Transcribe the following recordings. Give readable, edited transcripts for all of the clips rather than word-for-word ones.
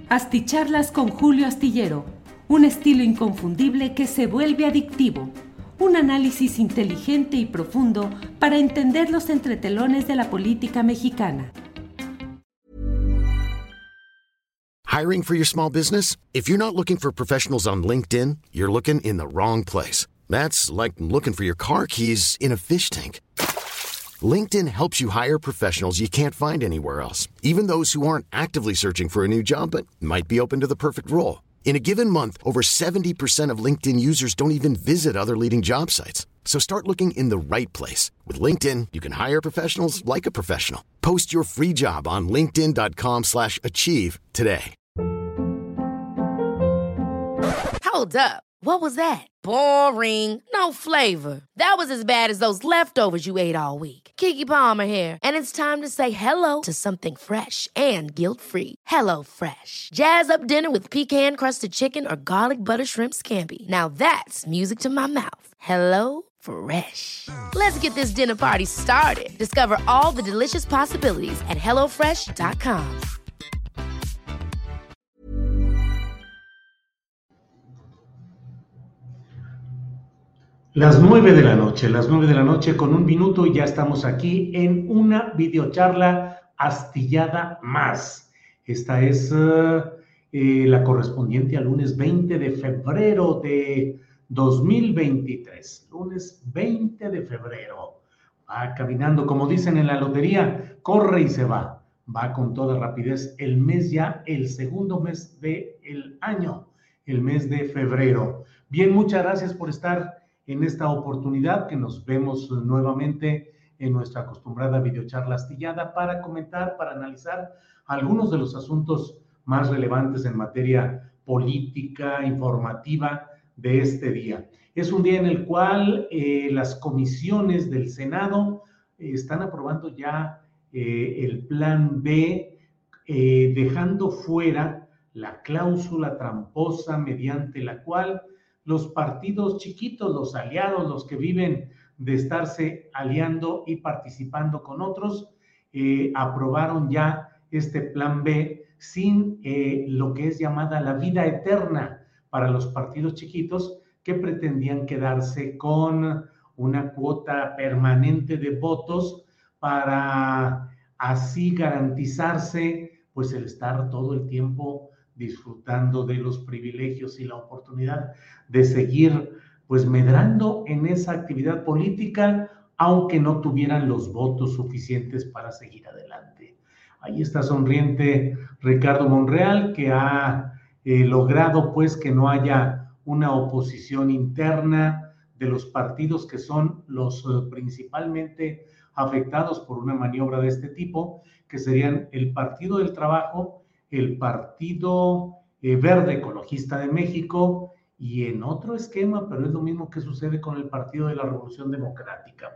Asticharlas con Julio Astillero, un estilo inconfundible que se vuelve adictivo. Un análisis inteligente y profundo para entender los entretelones de la política mexicana. Hiring for your small business? If you're not looking for professionals on LinkedIn, you're looking in the wrong place. That's like looking for your car keys in a fish tank. LinkedIn helps you hire professionals you can't find anywhere else, even those who aren't actively searching for a new job but might be open to the perfect role. In a given month, over 70% of LinkedIn users don't even visit other leading job sites. So start looking in the right place. With LinkedIn, you can hire professionals like a professional. Post your free job on linkedin.com/achieve today. Hold up. What was that? Boring. No flavor. That was as bad as those leftovers you ate all week. Keke Palmer here, and it's time to say hello to something fresh and guilt-free. Hello Fresh. Jazz up dinner with pecan-crusted chicken or garlic butter shrimp scampi. Now that's music to my mouth. Hello Fresh. Let's get this dinner party started. Discover all the delicious possibilities at hellofresh.com. Las 9 de la noche con 1 minuto y ya estamos aquí en una videocharla astillada más. Esta es la correspondiente al lunes 20 de febrero de 2023. Lunes 20 de febrero. Va caminando, como dicen en la lotería, corre y se va. Va con toda rapidez el mes ya, el segundo mes del año, el mes de febrero. Bien, muchas gracias por estar en esta oportunidad que nos vemos nuevamente en nuestra acostumbrada videocharla astillada para comentar, para analizar algunos de los asuntos más relevantes en materia política, informativa de este día. Es un día en el cual las comisiones del Senado están aprobando ya el Plan B, dejando fuera la cláusula tramposa mediante la cual los partidos chiquitos, los aliados, los que viven de estarse aliando y participando con otros, aprobaron ya este Plan B sin lo que es llamada la vida eterna para los partidos chiquitos que pretendían quedarse con una cuota permanente de votos para así garantizarse pues el estar todo el tiempo disfrutando de los privilegios y la oportunidad de seguir pues medrando en esa actividad política, aunque no tuvieran los votos suficientes para seguir adelante. Ahí está sonriente Ricardo Monreal, que ha logrado pues que no haya una oposición interna de los partidos que son los principalmente afectados por una maniobra de este tipo, que serían el Partido del Trabajo, el Partido Verde Ecologista de México y en otro esquema, pero es lo mismo que sucede con el Partido de la Revolución Democrática,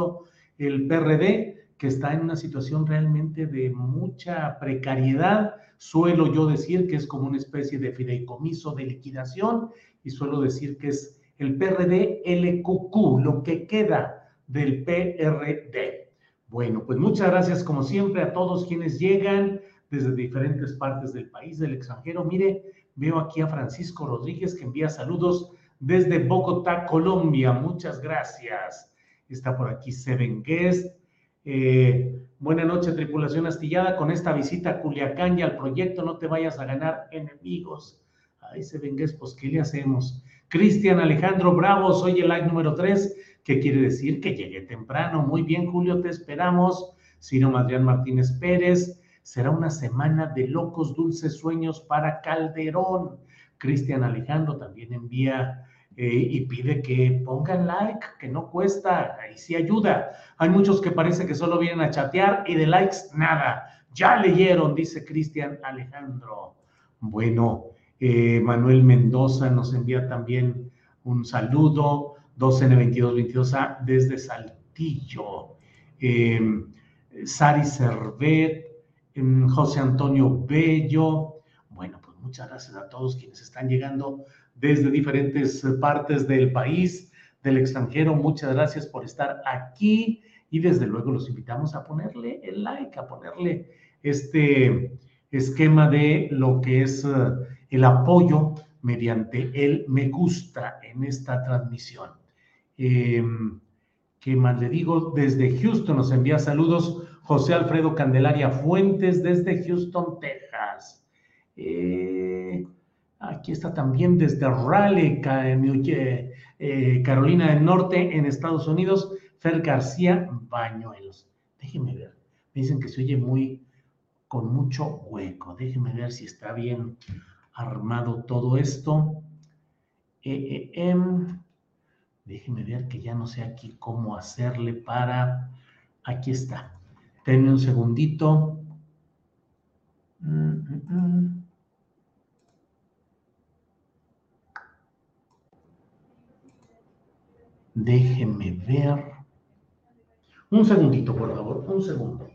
el PRD, que está en una situación realmente de mucha precariedad. Suelo yo decir que es como una especie de fideicomiso de liquidación y suelo decir que es el PRD LQQ, lo que queda del PRD. Bueno, pues muchas gracias como siempre a todos quienes llegan desde diferentes partes del país, del extranjero. Mire, veo aquí a Francisco Rodríguez que envía saludos desde Bogotá, Colombia. Muchas gracias. Está por aquí Seven Guest. Buenas noches, tripulación astillada. Con esta visita a Culiacán y al proyecto no te vayas a ganar enemigos. Ay, Seven Guest, pues ¿qué le hacemos? Cristian Alejandro Bravo, soy el like número 3. ¿Qué quiere decir? Que llegué temprano. Muy bien, Julio, te esperamos. Ciro Madrián Martínez Pérez. Será una semana de locos dulces sueños para Calderón. Cristian Alejandro también envía y pide que pongan like, que no cuesta, ahí sí ayuda. Hay muchos que parece que solo vienen a chatear y de likes nada. Ya leyeron, dice Cristian Alejandro. Bueno, Manuel Mendoza nos envía también un saludo. 2N2222A desde Saltillo. Sari Servet. José Antonio Bello. Bueno, pues muchas gracias a todos quienes están llegando desde diferentes partes del país, del extranjero. Muchas gracias por estar aquí y desde luego los invitamos a ponerle el like, a ponerle esquema de lo que es el apoyo mediante el me gusta en esta transmisión. ¿Qué más le digo? Desde Houston nos envía saludos José Alfredo Candelaria Fuentes desde Houston, Texas. Aquí está también desde Raleigh, Carolina del Norte, en Estados Unidos, Fer García Bañuelos. Déjenme ver. Me dicen que se oye con mucho hueco. Déjenme ver si está bien armado todo esto. Déjenme ver que ya no sé aquí cómo hacerle para... Aquí está. Denme un segundito. Déjenme ver. Un segundito, por favor. Un segundo.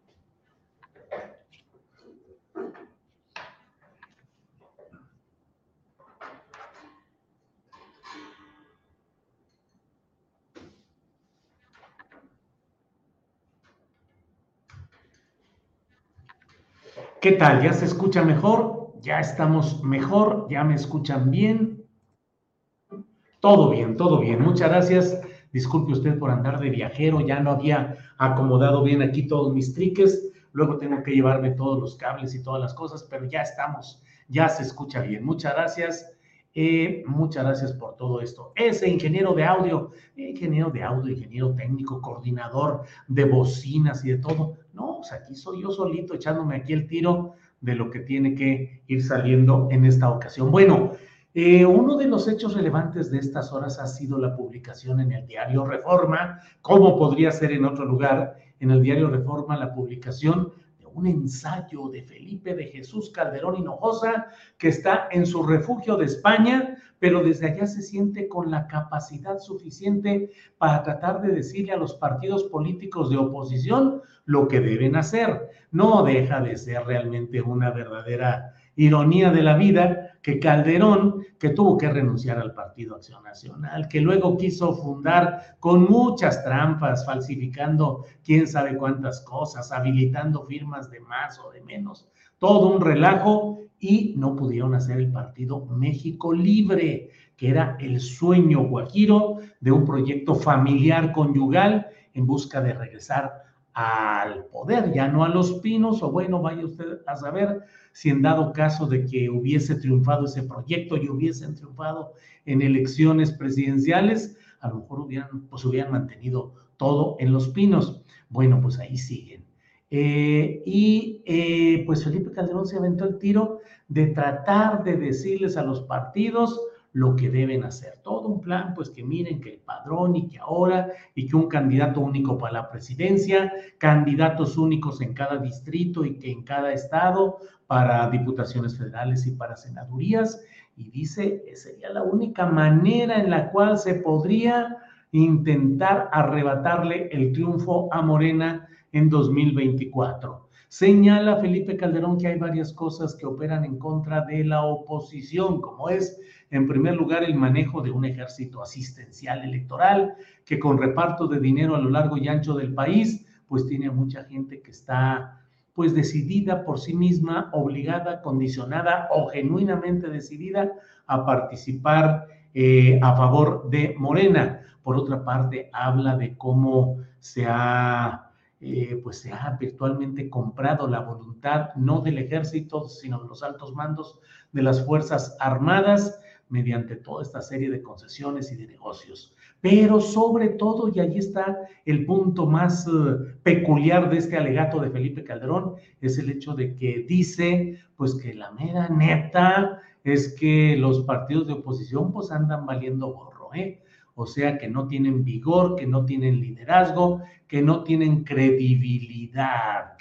¿Qué tal? ¿Ya se escucha mejor? ¿Ya estamos mejor? ¿Ya me escuchan bien? Todo bien, todo bien. Muchas gracias. Disculpe usted por andar de viajero. Ya no había acomodado bien aquí todos mis triques. Luego tengo que llevarme todos los cables y todas las cosas, pero ya estamos. Ya se escucha bien. Muchas gracias. Muchas gracias por todo esto. Ese ingeniero de audio, ingeniero técnico, coordinador de bocinas y de todo. No, pues aquí soy yo solito echándome aquí el tiro de lo que tiene que ir saliendo en esta ocasión. Bueno, uno de los hechos relevantes de estas horas ha sido la publicación en el diario Reforma, como podría ser en otro lugar, en el diario Reforma, la publicación un ensayo de Felipe de Jesús Calderón Hinojosa, que está en su refugio de España, pero desde allá se siente con la capacidad suficiente para tratar de decirle a los partidos políticos de oposición lo que deben hacer. No deja de ser realmente una verdadera ironía de la vida que Calderón, que tuvo que renunciar al Partido Acción Nacional, que luego quiso fundar con muchas trampas, falsificando quién sabe cuántas cosas, habilitando firmas de más o de menos, todo un relajo, y no pudieron hacer el partido México Libre, que era el sueño guajiro de un proyecto familiar conyugal en busca de regresar al poder, ya no a Los Pinos, o bueno, vaya usted a saber si en dado caso de que hubiese triunfado ese proyecto y hubiesen triunfado en elecciones presidenciales, a lo mejor hubieran mantenido todo en Los Pinos. Bueno, pues ahí siguen. Pues Felipe Calderón se aventó el tiro de tratar de decirles a los partidos lo que deben hacer. Todo un plan, pues que miren que el padrón y que ahora, y que un candidato único para la presidencia, candidatos únicos en cada distrito y que en cada estado para diputaciones federales y para senadurías, y dice que sería la única manera en la cual se podría intentar arrebatarle el triunfo a Morena en 2024. Señala Felipe Calderón que hay varias cosas que operan en contra de la oposición, como es, en primer lugar, el manejo de un ejército asistencial electoral, que con reparto de dinero a lo largo y ancho del país, pues tiene mucha gente que está pues decidida por sí misma, obligada, condicionada o genuinamente decidida a participar a favor de Morena. Por otra parte, habla de cómo se ha virtualmente comprado la voluntad, no del ejército, sino de los altos mandos de las Fuerzas Armadas, mediante toda esta serie de concesiones y de negocios. Pero sobre todo, y allí está el punto más peculiar de este alegato de Felipe Calderón, es el hecho de que dice, pues que la mera neta es que los partidos de oposición pues andan valiendo gorro, O sea, que no tienen vigor, que no tienen liderazgo, que no tienen credibilidad,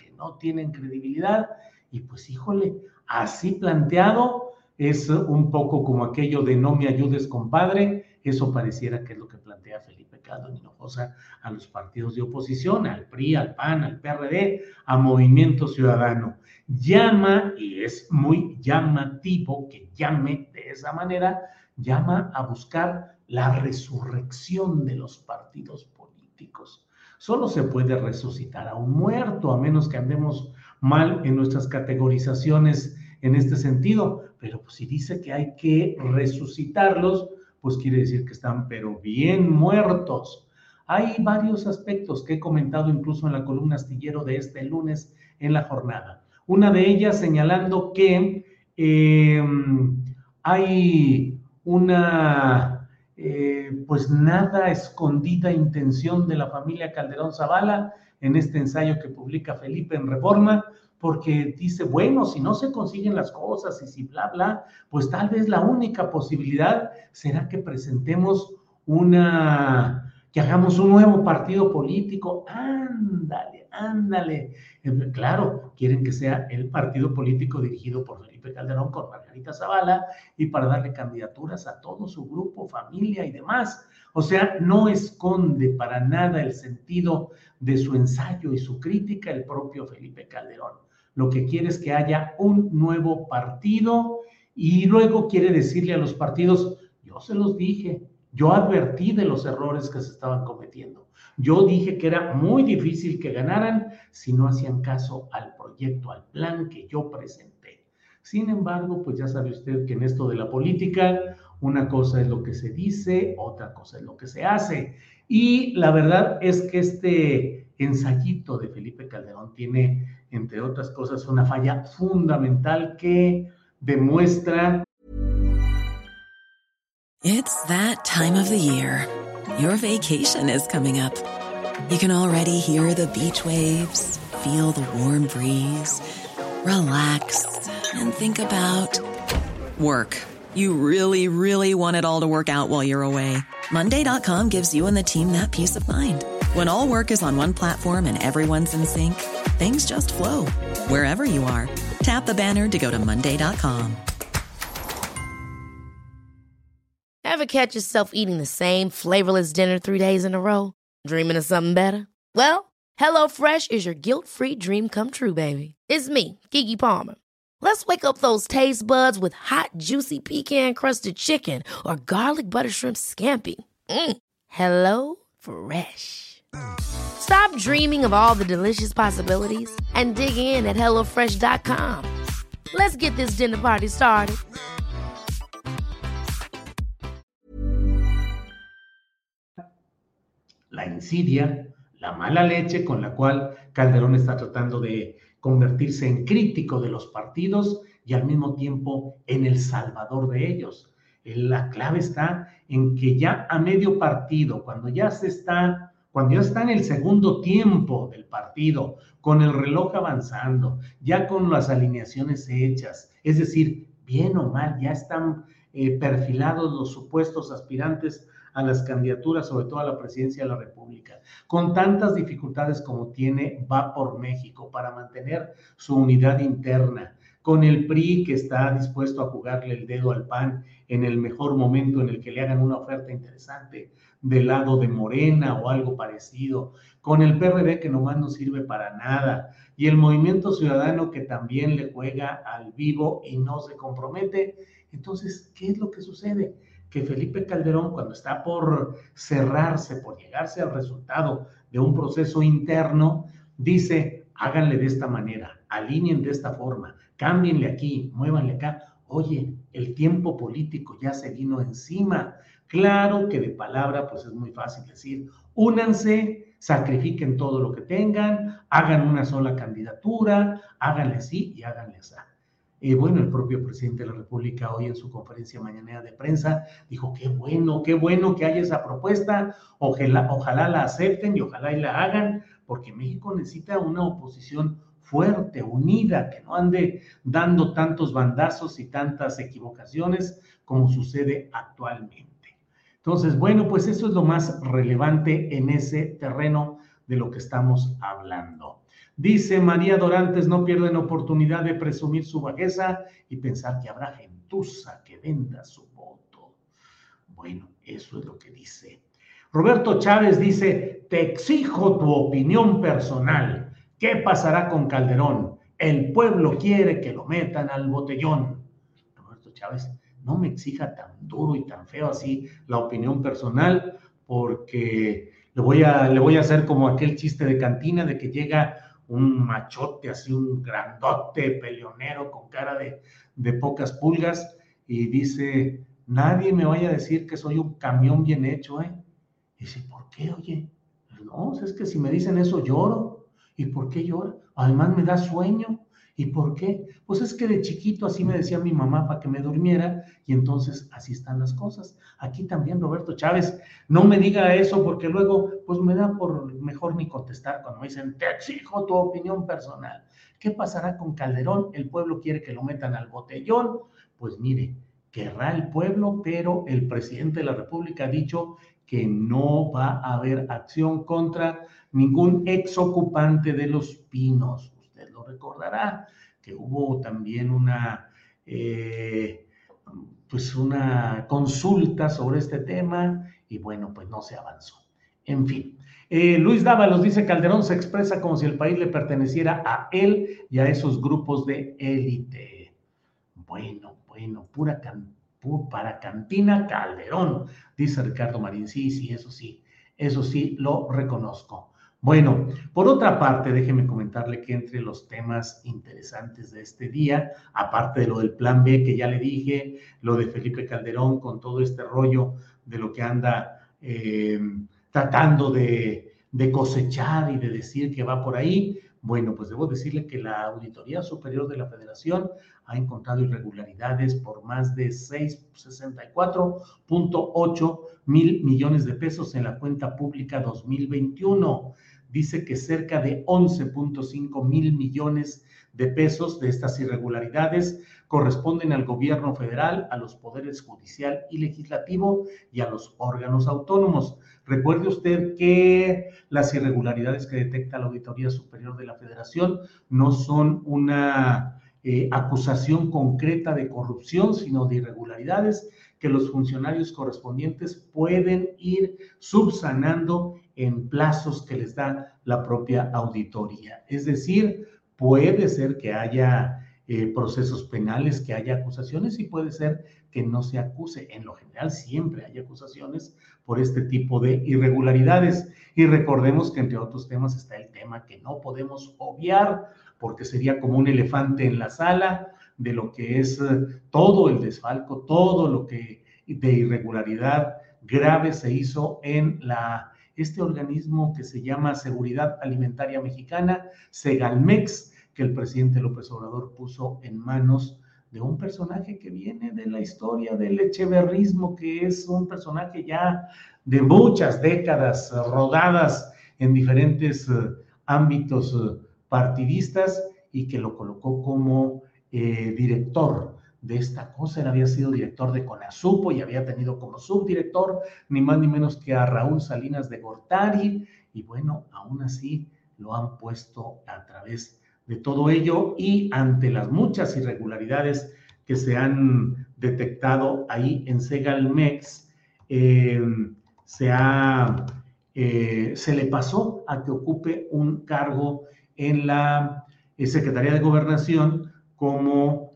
y pues híjole, así planteado, es un poco como aquello de no me ayudes, compadre. Eso pareciera que es lo que plantea Felipe Calderón Hinojosa a los partidos de oposición, al PRI, al PAN, al PRD, a Movimiento Ciudadano. Llama, y es muy llamativo que llame de esa manera, llama a buscar la resurrección de los partidos políticos. Solo se puede resucitar a un muerto, a menos que andemos mal en nuestras categorizaciones en este sentido, pero pues si dice que hay que resucitarlos, pues quiere decir que están pero bien muertos. Hay varios aspectos que he comentado incluso en la columna astillero de este lunes en la jornada. Una de ellas señalando que hay una pues nada escondida intención de la familia Calderón Zavala en este ensayo que publica Felipe en Reforma, porque dice, bueno, si no se consiguen las cosas y si bla, bla, pues tal vez la única posibilidad será que presentemos que hagamos un nuevo partido político. Ándale. Claro, quieren que sea el partido político dirigido por Felipe Calderón con Margarita Zavala y para darle candidaturas a todo su grupo, familia y demás. O sea, no esconde para nada el sentido de su ensayo y su crítica el propio Felipe Calderón. Lo que quiere es que haya un nuevo partido y luego quiere decirle a los partidos, yo se los dije, yo advertí de los errores que se estaban cometiendo. Yo dije que era muy difícil que ganaran si no hacían caso al proyecto, al plan que yo presenté. Sin embargo, pues ya sabe usted que en esto de la política, una cosa es lo que se dice, otra cosa es lo que se hace. Y la verdad es que este ensayito de Felipe Calderón tiene, entre otras cosas, una falla fundamental que demuestra. It's that time of the year. Your vacation is coming up. You can already hear the beach waves, feel the warm breeze, relax, and think about work. You really, really want it all to work out while you're away. Monday.com gives you and the team that peace of mind. When all work is on one platform and everyone's in sync, things just flow. Wherever you are, tap the banner to go to Monday.com. Ever catch yourself eating the same flavorless dinner 3 days in a row? Dreaming of something better? Well, HelloFresh is your guilt-free dream come true, baby. It's me, Keke Palmer. Let's wake up those taste buds with hot, juicy pecan-crusted chicken or garlic butter shrimp scampi. Hello Fresh. Stop dreaming of all the delicious possibilities and dig in at HelloFresh.com. Let's get this dinner party started. La insidia, la mala leche con la cual Calderón está tratando de convertirse en crítico de los partidos y al mismo tiempo en el salvador de ellos. La clave está en que ya a medio partido, cuando ya está en el segundo tiempo del partido, con el reloj avanzando, ya con las alineaciones hechas, es decir, bien o mal, ya están perfilados los supuestos aspirantes a las candidaturas, sobre todo a la presidencia de la República, con tantas dificultades como tiene Va por México para mantener su unidad interna, con el PRI que está dispuesto a jugarle el dedo al PAN en el mejor momento en el que le hagan una oferta interesante del lado de Morena o algo parecido, con el PRD que nomás no sirve para nada, y el Movimiento Ciudadano que también le juega al vivo y no se compromete. Entonces, ¿qué es lo que sucede? Que Felipe Calderón, cuando está por cerrarse, por llegarse al resultado de un proceso interno, dice, háganle de esta manera, alineen de esta forma, cámbienle aquí, muévanle acá. Oye, el tiempo político ya se vino encima. Claro que de palabra, pues es muy fácil decir, únanse, sacrifiquen todo lo que tengan, hagan una sola candidatura, háganle así y háganle así. Bueno, el propio presidente de la República hoy en su conferencia mañanera de prensa dijo, qué bueno que haya esa propuesta, ojalá la acepten y ojalá y la hagan, porque México necesita una oposición fuerte, unida, que no ande dando tantos bandazos y tantas equivocaciones como sucede actualmente. Entonces, bueno, pues eso es lo más relevante en ese terreno de lo que estamos hablando. Dice María Dorantes, no pierden oportunidad de presumir su bajeza y pensar que habrá gentuza que venda su voto. Bueno, eso es lo que dice. Roberto Chávez dice, te exijo tu opinión personal. ¿Qué pasará con Calderón? El pueblo quiere que lo metan al botellón. Roberto Chávez, no me exija tan duro y tan feo así la opinión personal, porque le voy a hacer como aquel chiste de cantina de que llega un machote así, un grandote peleonero con cara de pocas pulgas, y dice, nadie me vaya a decir que soy un camión bien hecho, ¿eh? Y dice, ¿por qué, oye? No, es que si me dicen eso lloro. ¿Y por qué lloro? Además me da sueño. ¿Y por qué? Pues es que de chiquito así me decía mi mamá para que me durmiera, y entonces así están las cosas. Aquí también Roberto Chávez, no me diga eso porque luego pues me da por mejor ni contestar cuando me dicen, te exijo tu opinión personal. ¿Qué pasará con Calderón? El pueblo quiere que lo metan al botellón. Pues mire, querrá el pueblo, pero el presidente de la República ha dicho que no va a haber acción contra ningún exocupante de Los Pinos. Usted lo recordará, que hubo también pues una consulta sobre este tema y bueno, pues no se avanzó. En fin, Luis Dávalos dice, Calderón se expresa como si el país le perteneciera a él y a esos grupos de élite. Bueno, para cantina Calderón, dice Ricardo Marín. Sí, eso sí, lo reconozco. Bueno, por otra parte, déjeme comentarle que entre los temas interesantes de este día, aparte de lo del plan B que ya le dije, lo de Felipe Calderón con todo este rollo de lo que anda tratando de cosechar y de decir que va por ahí, bueno, pues debo decirle que la Auditoría Superior de la Federación ha encontrado irregularidades por más de 64.8 mil millones de pesos en la cuenta pública 2021. Dice que cerca de 11.5 mil millones de pesos de estas irregularidades corresponden al gobierno federal, a los poderes judicial y legislativo y a los órganos autónomos. Recuerde usted que las irregularidades que detecta la Auditoría Superior de la Federación no son una acusación concreta de corrupción, sino de irregularidades que los funcionarios correspondientes pueden ir subsanando en plazos que les da la propia auditoría. Es decir, puede ser que haya procesos penales, que haya acusaciones, y puede ser que no se acuse. En lo general siempre hay acusaciones por este tipo de irregularidades. Y recordemos que entre otros temas está el tema que no podemos obviar, porque sería como un elefante en la sala, de lo que es todo el desfalco, todo lo que de irregularidad grave se hizo en este organismo que se llama Seguridad Alimentaria Mexicana, Segalmex, que el presidente López Obrador puso en manos de un personaje que viene de la historia del echeverrismo, que es un personaje ya de muchas décadas rodadas en diferentes ámbitos partidistas, y que lo colocó como director de esta cosa. Él había sido director de CONASUPO y había tenido como subdirector ni más ni menos que a Raúl Salinas de Gortari, y bueno, aún así lo han puesto a través de todo ello, y ante las muchas irregularidades que se han detectado ahí en Segalmex, se le pasó a que ocupe un cargo en la Secretaría de Gobernación como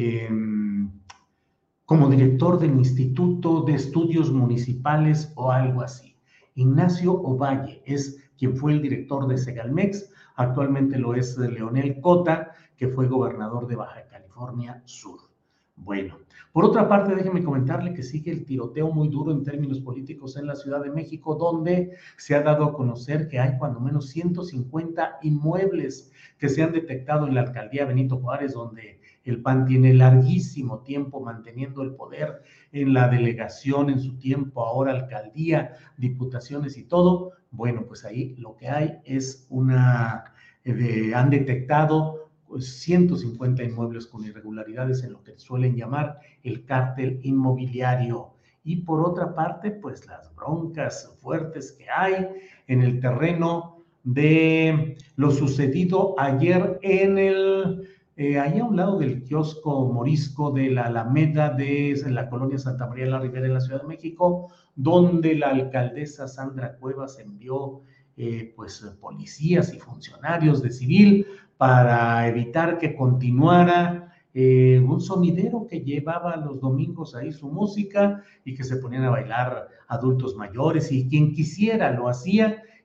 director del Instituto de Estudios Municipales o algo así. Ignacio Ovalle es quien fue el director de Segalmex. Actualmente lo es Leonel Cota, que fue gobernador de Baja California Sur. Bueno, por otra parte, déjeme comentarle que sigue el tiroteo muy duro en términos políticos en la Ciudad de México, donde se ha dado a conocer que hay cuando menos 150 inmuebles que se han detectado en la alcaldía Benito Juárez, donde el PAN tiene larguísimo tiempo manteniendo el poder en la delegación, en su tiempo, ahora alcaldía, diputaciones y todo. Bueno, pues ahí lo que hay es han detectado 150 inmuebles con irregularidades en lo que suelen llamar el cártel inmobiliario. Y por otra parte, pues las broncas fuertes que hay en el terreno de lo sucedido ayer allá a un lado del kiosco morisco de la Alameda de la colonia Santa María de la Ribera en la Ciudad de México, donde la alcaldesa Sandra Cuevas envió policías y funcionarios de civil para evitar que continuara un sonidero que llevaba los domingos ahí su música y que se ponían a bailar adultos mayores, y quien quisiera lo hacía, y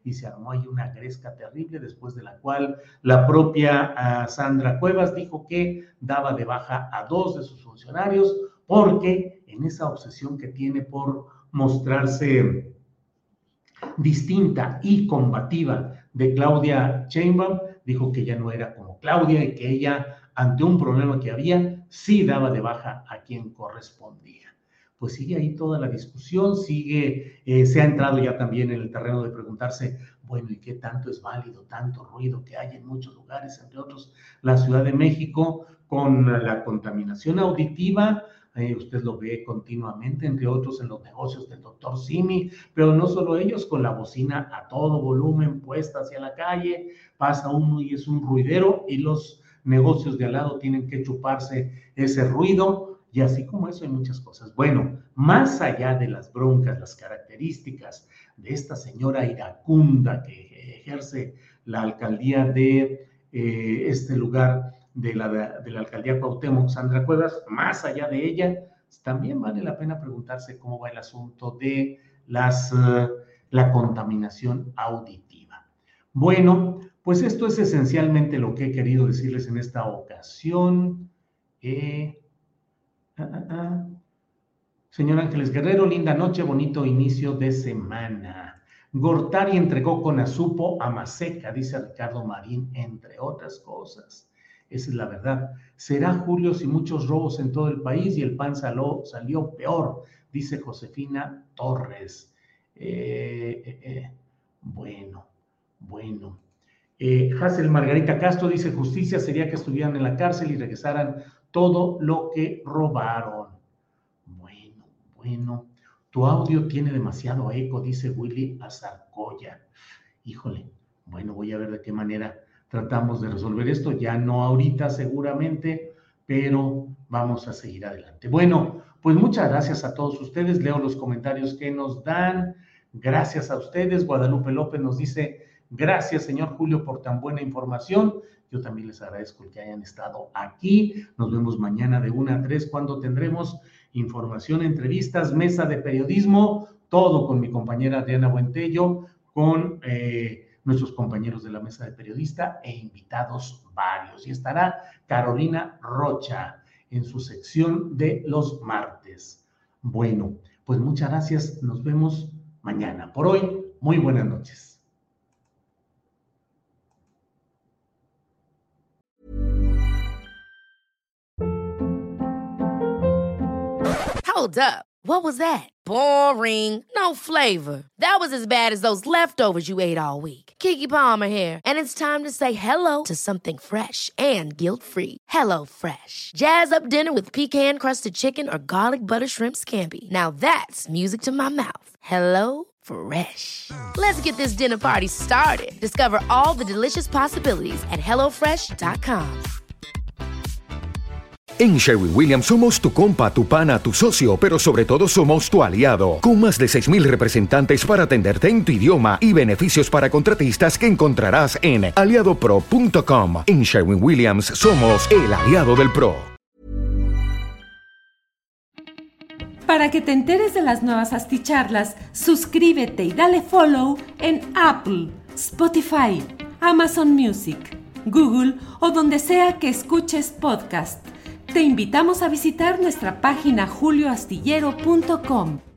y se armó ahí una gresca terrible, después de la cual la propia Sandra Cuevas dijo que daba de baja a 2 de sus funcionarios porque en esa obsesión que tiene por mostrarse distinta y combativa de Claudia Sheinbaum, dijo que ya no era como Claudia y que ella, ante un problema que había, sí daba de baja a quien correspondía. Pues sigue ahí toda la discusión, se ha entrado ya también en el terreno de preguntarse, bueno, ¿y qué tanto es válido, tanto ruido que hay en muchos lugares, entre otros la Ciudad de México, con la contaminación auditiva? Usted lo ve continuamente, entre otros en los negocios del doctor Simi, pero no solo ellos, con la bocina a todo volumen puesta hacia la calle, pasa uno y es un ruidero y los negocios de al lado tienen que chuparse ese ruido. Y así como eso hay muchas cosas. Bueno, más allá de las broncas, las características de esta señora iracunda que ejerce la alcaldía de este lugar, de la alcaldía Cuauhtémoc, Sandra Cuevas, más allá de ella, también vale la pena preguntarse cómo va el asunto de la contaminación auditiva. Bueno, pues esto es esencialmente lo que he querido decirles en esta ocasión. Señor Ángeles Guerrero, linda noche, bonito inicio de semana. Gortari entregó Conazupo a Maseca, dice Ricardo Marín, entre otras cosas. Esa es la verdad. Será Julio si muchos robos en todo el país y el PAN salió peor, dice Josefina Torres. Bueno. Hazel Margarita Castro dice, justicia sería que estuvieran en la cárcel y regresaran todo lo que robaron. Bueno, tu audio tiene demasiado eco, dice Willy Azarcoya. Híjole, bueno, voy a ver de qué manera tratamos de resolver esto, ya no ahorita seguramente, pero vamos a seguir adelante. Bueno, pues muchas gracias a todos ustedes, leo los comentarios que nos dan, gracias a ustedes. Guadalupe López nos dice, gracias señor Julio por tan buena información. Yo también les agradezco el que hayan estado aquí. Nos vemos mañana de 1 a 3 cuando tendremos información, entrevistas, mesa de periodismo, todo con mi compañera Adriana Buentello, con nuestros compañeros de la mesa de periodista e invitados varios. Y estará Carolina Rocha en su sección de los martes. Bueno, pues muchas gracias. Nos vemos mañana. Por hoy, muy buenas noches. Hold up. What was that? Boring. No flavor. That was as bad as those leftovers you ate all week. Keke Palmer here, and it's time to say hello to something fresh and guilt-free. Hello Fresh. Jazz up dinner with pecan-crusted chicken or garlic butter shrimp scampi. Now that's music to my mouth. Hello Fresh. Let's get this dinner party started. Discover all the delicious possibilities at hellofresh.com. En Sherwin-Williams somos tu compa, tu pana, tu socio, pero sobre todo somos tu aliado. Con más de 6,000 representantes para atenderte en tu idioma y beneficios para contratistas que encontrarás en aliadopro.com. En Sherwin-Williams somos el aliado del pro. Para que te enteres de las nuevas asticharlas, suscríbete y dale follow en Apple, Spotify, Amazon Music, Google o donde sea que escuches podcast. Te invitamos a visitar nuestra página julioastillero.com.